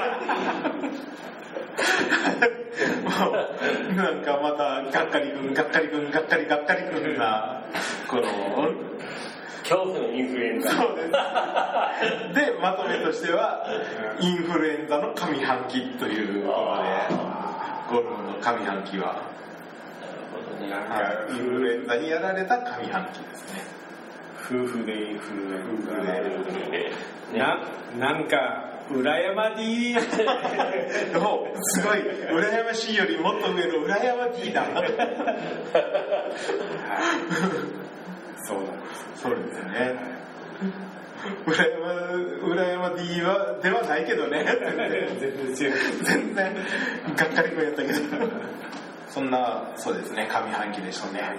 もうなんかまたがっかりくんがっかりくんがっかりがっかりくんなこの恐怖のインフルエンザ。 そうです。でまとめとしてはインフルエンザの上半期ということでゴルフの上半期はなんかインフルエンザにやられた上半期ですね。 夫婦でインフルエンザでななんか羨ましいすごい羨ましいよりもっと上の羨ましいだそうなんです。 そうですね。羨ま羨ま D はではないけどね。全然違う。全然がっかりくんやったけど。そんなそうですね上半期でしたね。はい。はい。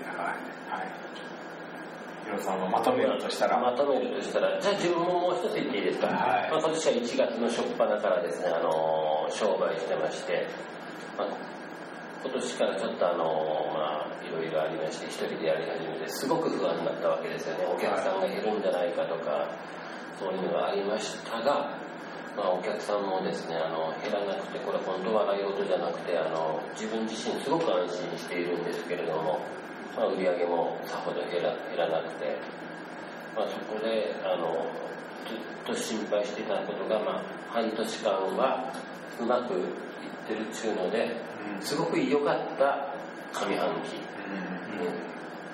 ヒロさんはまとめるとしたら。 まとめるとしたらじゃあ自分ももう一つ言っていいですか。はい。まあ、今年はいちがつの初っ端からですねあの商売してまして。まあ今年からちょっとあのまあいろいろありまして一人でやり始めてすごく不安になったわけですよね。お客さんが減るんじゃないかとかそういうのがありましたが、まあ、お客さんもですねあの減らなくてこれ本当は笑い事じゃなくてあの自分自身すごく安心しているんですけれども、まあ、売り上げもさほど減ら、減らなくて、まあ、そこであのずっと心配していたことが、まあ、半年間はうまくいってるっちゅうのですごく良かった上半期、うん、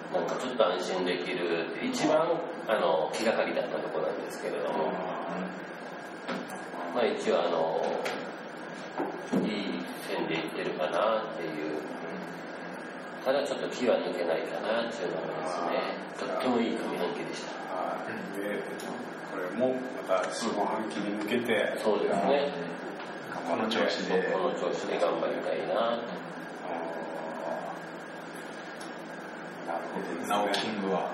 なんかちょっと安心できる一番あの気がかりだったところなんですけれども、まあ一応あのいい線でいってるかなっていう、ただちょっと気は抜けないかなっていうのがですね、とってもいい上半期でした。 でこれもまた下半期に向けて、 うん、そうですね。 この調子でこの調子で頑張りたいなと。 なるほど。ナオキングは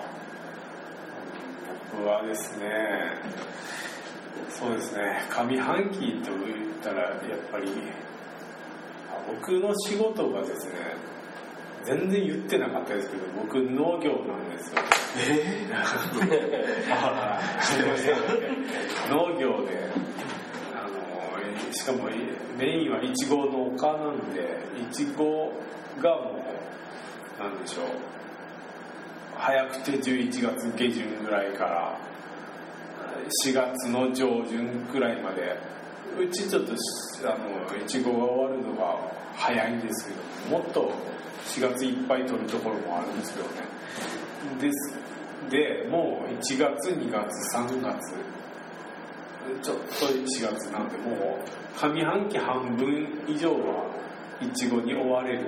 僕はですねそうですね上半期と言ったらやっぱり僕の仕事がですね全然言ってなかったですけど僕農業なんですよ。 えー、 知ってました農業でしかもメインはイチゴの丘なんでイチゴがもうなんでしょう早くてじゅういちがつ下旬ぐらいからしがつの上旬くらいまでうちちょっとあのイチゴが終わるのが早いんですけどもっとしがついっぱい取るところもあるんですよね。ですでもういちがつにがつさんがつちょっとしがつなんでもう上半期半分以上はイチゴに追われる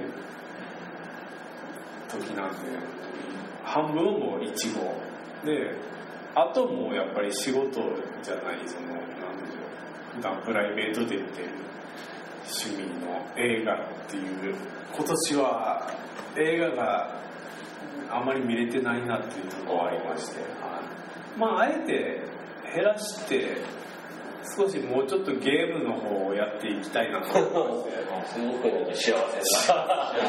時なんで半分もイチゴであともやっぱり仕事じゃないそのなんでしょう普段プライベートで言ってる趣味の映画っていう今年は映画があまり見れてないなっていうところがありまして、まああえて減らして少しもうちょっとゲームの方をやっていきたいなと思ってますすごくね幸せだ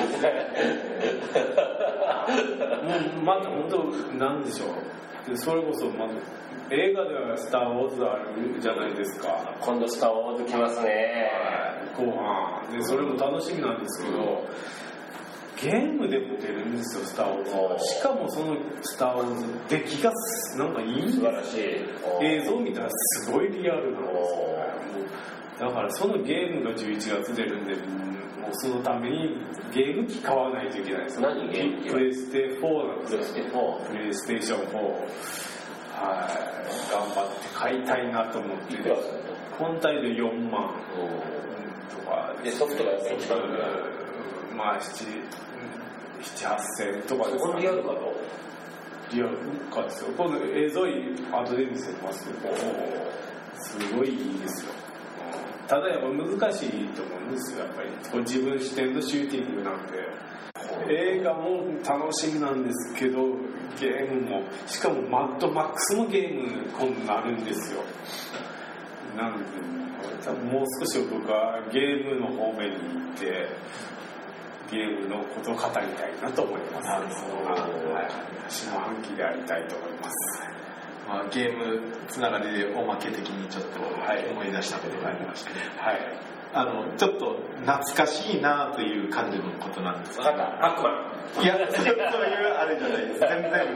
もうまた本当なんでしょうでそれこそ、ま、映画ではスター・ウォーズあるじゃないですか。 今度スター・ウォーズ来ますね後半でそれも楽しみなんですけど、うん、ゲームでも出るんですよスター・ウォーズは。しかもそのスター・ウォーズ出来がなんかいいんですよ。 素晴らしい。 映像見たらすごいリアルなんですよね。だからそのゲームがじゅういちがつ出るんでもうそのためにゲーム機買わないといけないです。 何ゲーム機？ プレイステフォーなんですよ。 プレステフォー。 プレイステーションフォーはい頑張って買いたいなと思って、本体でよんまんとかでソフトが一番まあななはっせんとかですか。 これリアルかとリアルかですよ。今度映像後で見せますけど、すごいいいですよ。ただやっぱ難しいと思うんですよ。やっぱりこれ自分視点のシューティングなんで、映画も楽しみなんですけど、ゲームも、しかもマッドマックスのゲーム今度なるんですよ。なので多分もう少し僕はゲームの方面に行ってゲームのことを語りたいなと思います。なるほど。はい、下半期でありたいと思います。 まあ、ゲームつながりでおまけ的にちょっと思い出したことがありまして、はい、あのちょっと懐かしいなという感じのことなんですが、 パックマン。 いや、そういうあれじゃないです。全然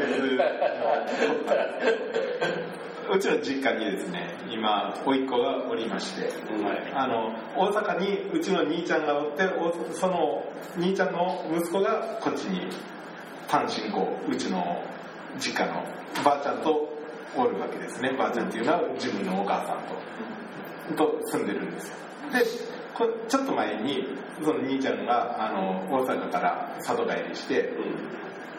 別。うちの実家にですね、今甥っ子がおりまして、はい、あの大阪にうちの兄ちゃんがおって、その兄ちゃんの息子がこっちに単身こううちの実家のばあちゃんとおるわけですね。ばあちゃんっていうのは自分のお母さんとと住んでるんですよ。でこちょっと前にその兄ちゃんがあの大阪から里帰りして、うん、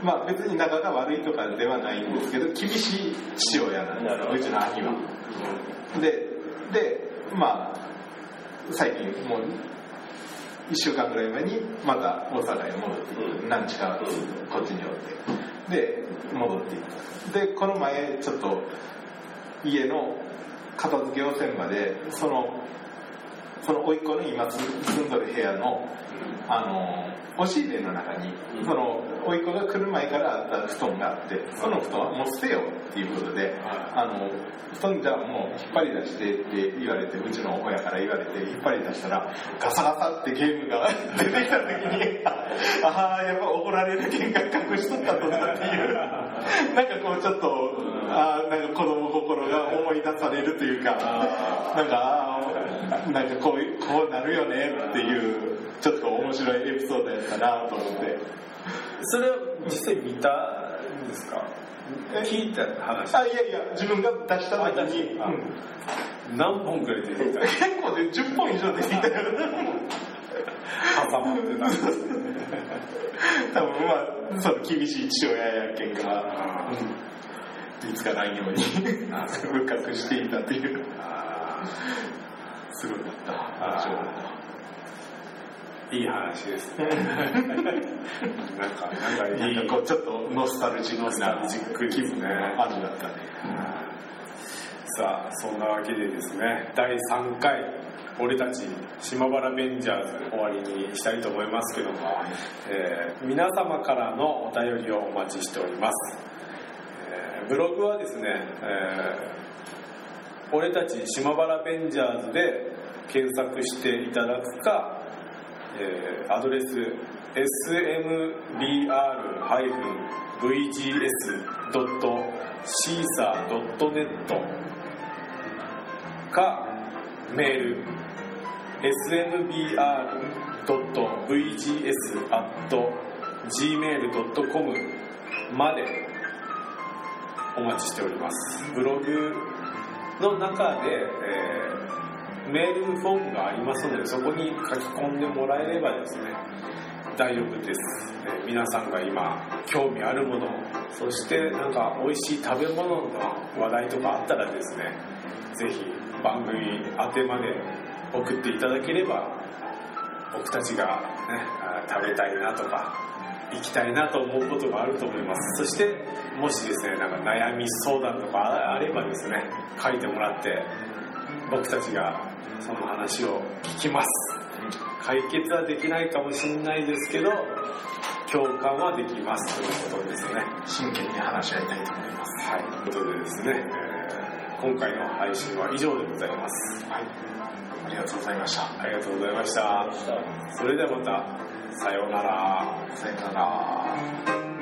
まあ別に仲が悪いとかではないんですけど、厳しい父親なんですよ、うちの兄は。ででまあ最近もういっしゅうかんぐらい前にまた大阪へ戻ってきて、何日かこっちにおってで戻っていった。でこの前ちょっと家の片付けをせんまで、そのその甥っ子の今住んどる部屋のあの押し入れの中にその甥っ子が来る前からあった布団があって、その布団はもう捨てよっていうことで、あの布団じゃもう引っ張り出してって言われて、うちの親から言われて引っ張り出したらガサガサってゲームが出てきた時にああやっぱ怒られる喧嘩隠しとったとかっていうなんかこうちょっとあなんか子供心が思い出されるというか、なんかなんかこうこうなるよねっていうちょっと面白いエピソードやったなと思って。 それは実際見たんですか？聞いた話？ あ、いやいや、自分が出した時に、 うん、何本くらい出てきた？ 結構でじゅっぽん以上出てきたよ。 挟まってたんですね。 多分まあその厳しい父親やけんが、うん、見つからんように深くしていたっていう。すごかった。面白かった。 いい話ですね。なんか、なんかいい。 なんかこうちょっとノスタルジックなノスタルジック気分ね。 あるだったね。 さあ、そんなわけでですね、だいさんかい、俺たち島原ベンジャーズ終わりにしたいと思いますけども、えー、皆様からのお便りをお待ちしております。えー、ブログはですね、えー、俺たち島原ベンジャーズで検索していただくか、えー、アドレス エスエムビーアール ブイジーエス ドット シーサー ドット ネット かメール エスエムビーアール ドット ブイジーエス アット ジーメール ドット コム までお待ちしております。ブログの中で、えーメールフォームがありますので、そこに書き込んでもらえればですね、大丈夫です。えー、皆さんが今興味あるもの、そしてなんか美味しい食べ物の話題とかあったらですね、ぜひ番組宛てまで送っていただければ、僕たちがね食べたいなとか行きたいなと思うことがあると思います。そしてもしですね、なんか悩み相談とかあればですね、書いてもらって僕たちがその話を聞きます。解決はできないかもしれないですけど、共感はできますということですね。 真剣に話し合いたいと思います。 はい。ということでですね、えー、今回の配信は以上でございます。 はい。ありがとうございました。 ありがとうございました。それではまた、さようなら。 さようなら。